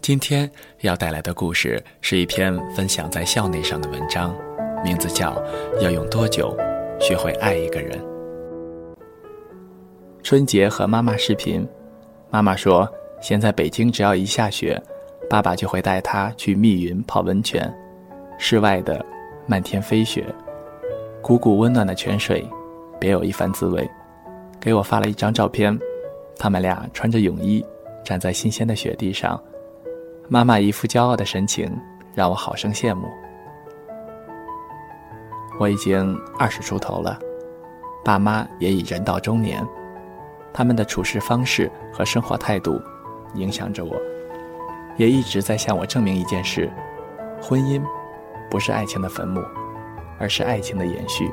今天要带来的故事是一篇分享在校内上的文章，名字叫《要用多久学会爱一个人》。春节和妈妈视频，妈妈说现在北京只要一下雪，爸爸就会带她去密云泡温泉，室外的漫天飞雪，汩汩温暖的泉水别有一番滋味。给我发了一张照片，他们俩穿着泳衣站在新鲜的雪地上，妈妈一副骄傲的神情让我好生羡慕。我已经20出头了，爸妈也已人到中年，他们的处事方式和生活态度影响着我，也一直在向我证明一件事：婚姻不是爱情的坟墓，而是爱情的延续。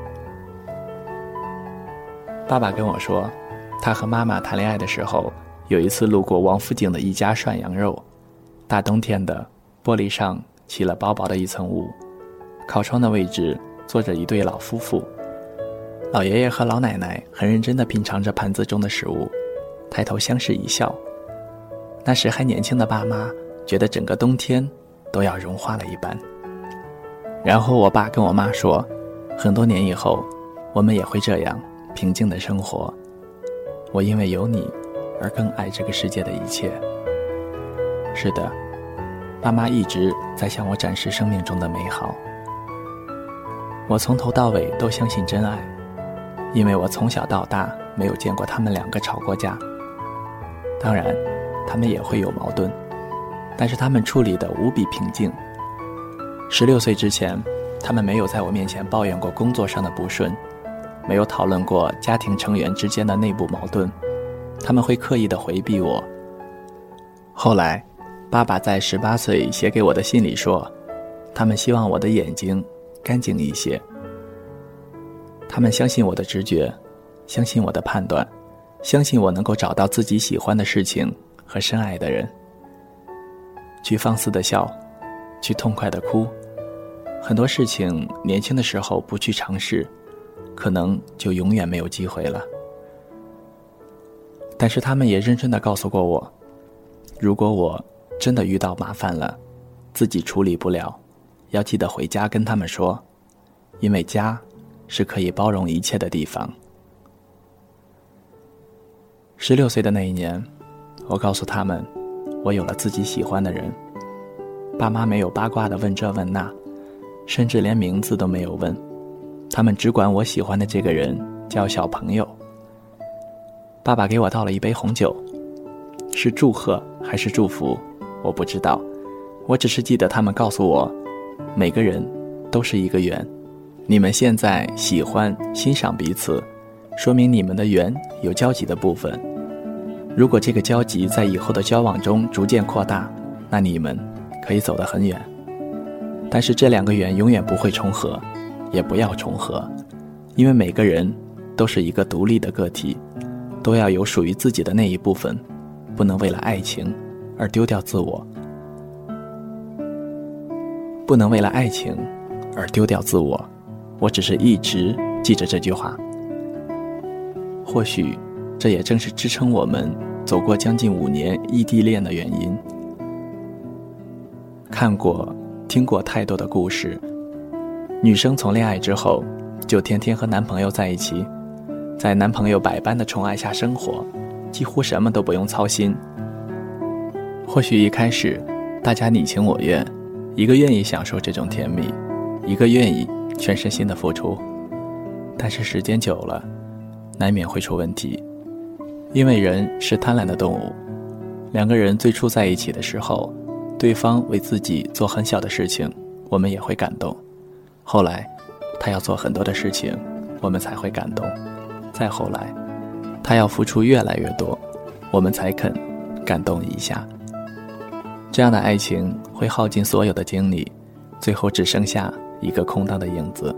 爸爸跟我说，他和妈妈谈恋爱的时候，有一次路过王府井的一家涮羊肉，大冬天的，玻璃上起了薄薄的一层雾，靠窗的位置坐着一对老夫妇，老爷爷和老奶奶很认真地品尝着盘子中的食物，抬头相视一笑。那时还年轻的爸妈觉得整个冬天都要融化了一般。然后我爸跟我妈说，很多年以后我们也会这样平静的生活，我因为有你而更爱这个世界的一切。是的，爸妈一直在向我展示生命中的美好。我从头到尾都相信真爱，因为我从小到大没有见过他们两个吵过架。当然他们也会有矛盾，但是他们处理得无比平静。16岁之前，他们没有在我面前抱怨过工作上的不顺，没有讨论过家庭成员之间的内部矛盾，他们会刻意地回避我。后来爸爸在18岁写给我的信里说，他们希望我的眼睛干净一些。他们相信我的直觉，相信我的判断，相信我能够找到自己喜欢的事情和深爱的人，去放肆的笑，去痛快的哭。很多事情年轻的时候不去尝试，可能就永远没有机会了。但是他们也认真地告诉过我，如果我真的遇到麻烦了，自己处理不了，要记得回家跟他们说，因为家是可以包容一切的地方。16岁的那一年，我告诉他们，我有了自己喜欢的人。爸妈没有八卦地问这问那，甚至连名字都没有问，他们只管我喜欢的这个人叫小朋友。爸爸给我倒了一杯红酒，是祝贺还是祝福我不知道，我只是记得他们告诉我，每个人都是一个圆，你们现在喜欢欣赏彼此，说明你们的缘有交集的部分。如果这个交集在以后的交往中逐渐扩大，那你们可以走得很远。但是这两个圆永远不会重合，也不要重合，因为每个人都是一个独立的个体，都要有属于自己的那一部分，不能为了爱情而丢掉自我。不能为了爱情而丢掉自我，我只是一直记着这句话。或许这也正是支撑我们走过将近5年异地恋的原因。看过听过太多的故事，女生从恋爱之后就天天和男朋友在一起，在男朋友百般的宠爱下生活，几乎什么都不用操心。或许一开始大家你情我愿，一个愿意享受这种甜蜜，一个愿意全身心的付出，但是时间久了难免会出问题。因为人是贪婪的动物，两个人最初在一起的时候，对方为自己做很小的事情，我们也会感动，后来他要做很多的事情，我们才会感动，再后来他要付出越来越多，我们才肯感动一下。这样的爱情会耗尽所有的精力，最后只剩下一个空荡的影子。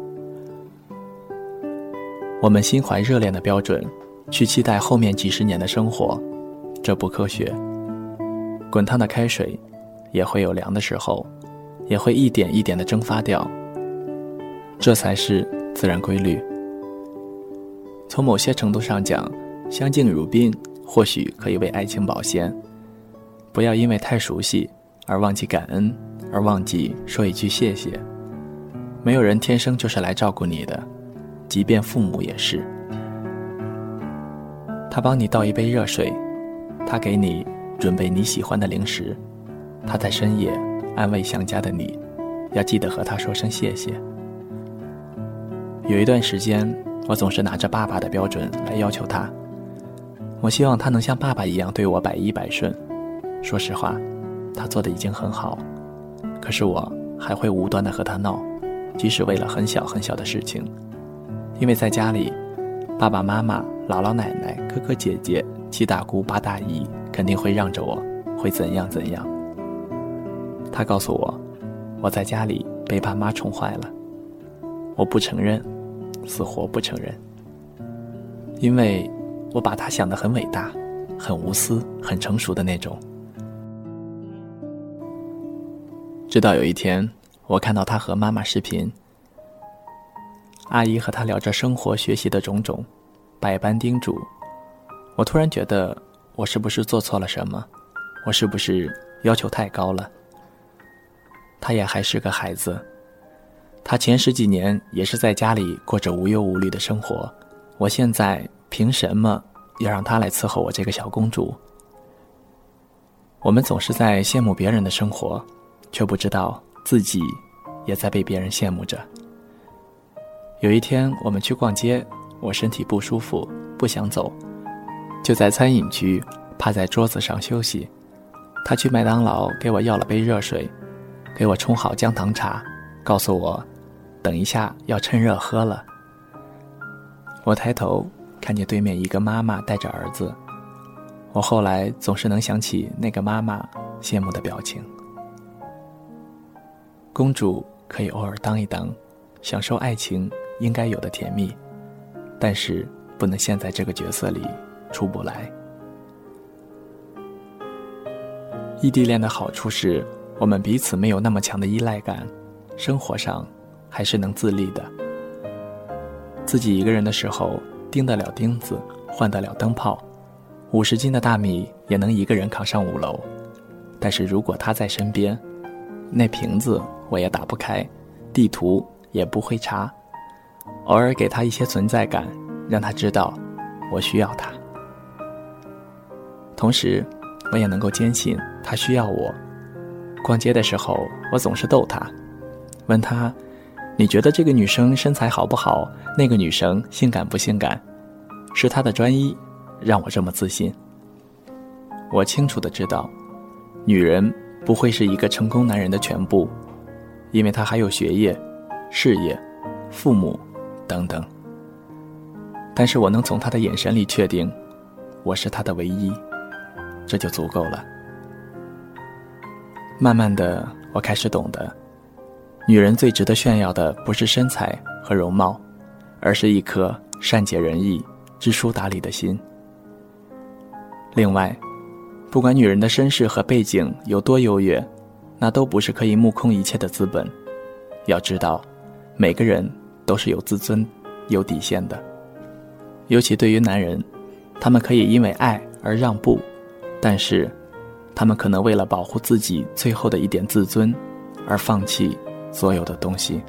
我们心怀热恋的标准去期待后面几十年的生活，这不科学。滚烫的开水也会有凉的时候，也会一点一点地蒸发掉，这才是自然规律。从某些程度上讲，相敬如宾或许可以为爱情保鲜，不要因为太熟悉而忘记感恩，而忘记说一句谢谢。没有人天生就是来照顾你的，即便父母也是。他帮你倒一杯热水，他给你准备你喜欢的零食，他在深夜安慰想家的你，要记得和他说声谢谢。有一段时间，我总是拿着爸爸的标准来要求他，我希望他能像爸爸一样对我百依百顺。说实话，他做的已经很好，可是我还会无端地和他闹，即使为了很小很小的事情。因为在家里，爸爸妈妈、姥姥奶奶、哥哥姐姐、七大姑八大姨肯定会让着我，会怎样怎样。他告诉我，我在家里被爸妈宠坏了。我不承认，死活不承认，因为我把他想得很伟大，很无私，很成熟的那种。直到有一天，我看到他和妈妈视频，阿姨和他聊着生活学习的种种，百般叮嘱。我突然觉得，我是不是做错了什么？我是不是要求太高了？他也还是个孩子，他前10几年也是在家里过着无忧无虑的生活，我现在凭什么要让他来伺候我这个小公主？我们总是在羡慕别人的生活，却不知道自己也在被别人羡慕着。有一天我们去逛街，我身体不舒服，不想走，就在餐饮区趴在桌子上休息。他去麦当劳给我要了杯热水，给我冲好姜糖茶，告诉我等一下要趁热喝了。我抬头看见对面一个妈妈带着儿子，我后来总是能想起那个妈妈羡慕的表情。公主可以偶尔当一当，享受爱情应该有的甜蜜，但是不能陷在这个角色里出不来。异地恋的好处是，我们彼此没有那么强的依赖感，生活上还是能自立的。自己一个人的时候，钉得了钉子，换得了灯泡，50斤的大米也能一个人扛上5楼。但是如果他在身边，那瓶子我也打不开，地图也不会查，偶尔给他一些存在感，让他知道我需要他。同时我也能够坚信他需要我。逛街的时候，我总是逗他，问他，你觉得这个女生身材好不好，那个女生性感不性感？是他的专一让我这么自信。我清楚地知道，女人不会是一个成功男人的全部，因为他还有学业、事业、父母等等。但是我能从他的眼神里确定，我是他的唯一，这就足够了。慢慢的，我开始懂得，女人最值得炫耀的不是身材和容貌，而是一颗善解人意、知书达理的心。另外，不管女人的身世和背景有多优越，那都不是可以目空一切的资本。要知道，每个人都是有自尊、有底线的。尤其对于男人，他们可以因为爱而让步，但是他们可能为了保护自己最后的一点自尊而放弃所有的东西。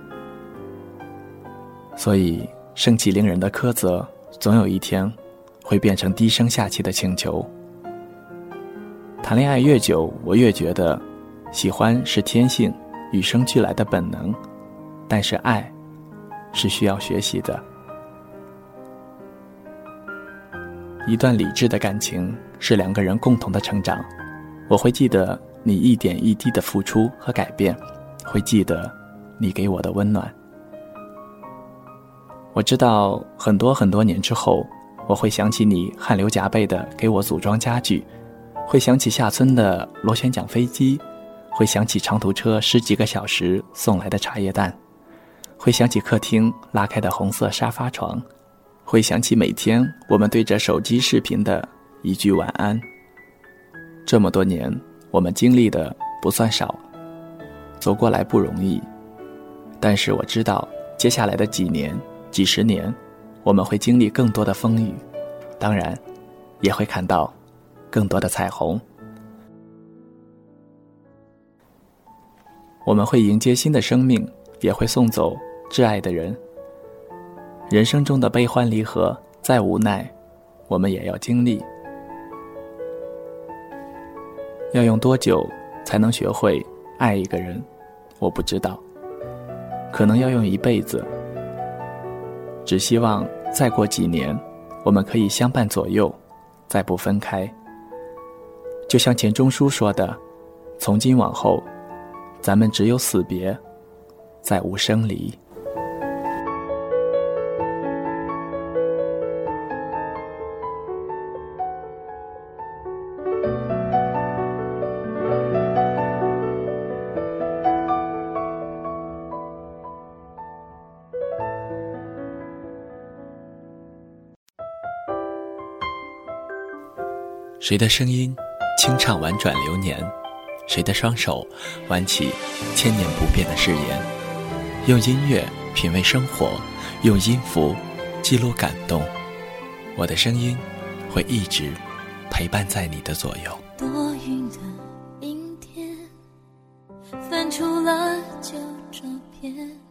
所以盛气凌人的苛责总有一天会变成低声下气的请求。谈恋爱越久，我越觉得喜欢是天性，与生俱来的本能，但是爱是需要学习的。一段理智的感情是2个人共同的成长，我会记得你一点一滴的付出和改变，会记得你给我的温暖。我知道很多很多年之后，我会想起你汗流浃背的给我组装家具，会想起下村的螺旋桨飞机，会想起长途车10几个小时送来的茶叶蛋，会想起客厅拉开的红色沙发床，会想起每天我们对着手机视频的一句晚安。这么多年，我们经历的不算少，走过来不容易，但是我知道接下来的几年、几十年，我们会经历更多的风雨，当然也会看到更多的彩虹。 我们会迎接新的生命，也会送走挚爱的人。人生中的悲欢离合，再无奈，我们也要经历。要用多久才能学会爱一个人，我不知道，可能要用一辈子。只希望再过几年，我们可以相伴左右，再不分开。就像钱钟书说的，从今往后，咱们只有死别，再无生离。谁的声音清唱婉转流年，谁的双手挽起千年不变的誓言。用音乐品味生活，用音符记录感动。我的声音会一直陪伴在你的左右。 多云的阴天，翻出了旧照片，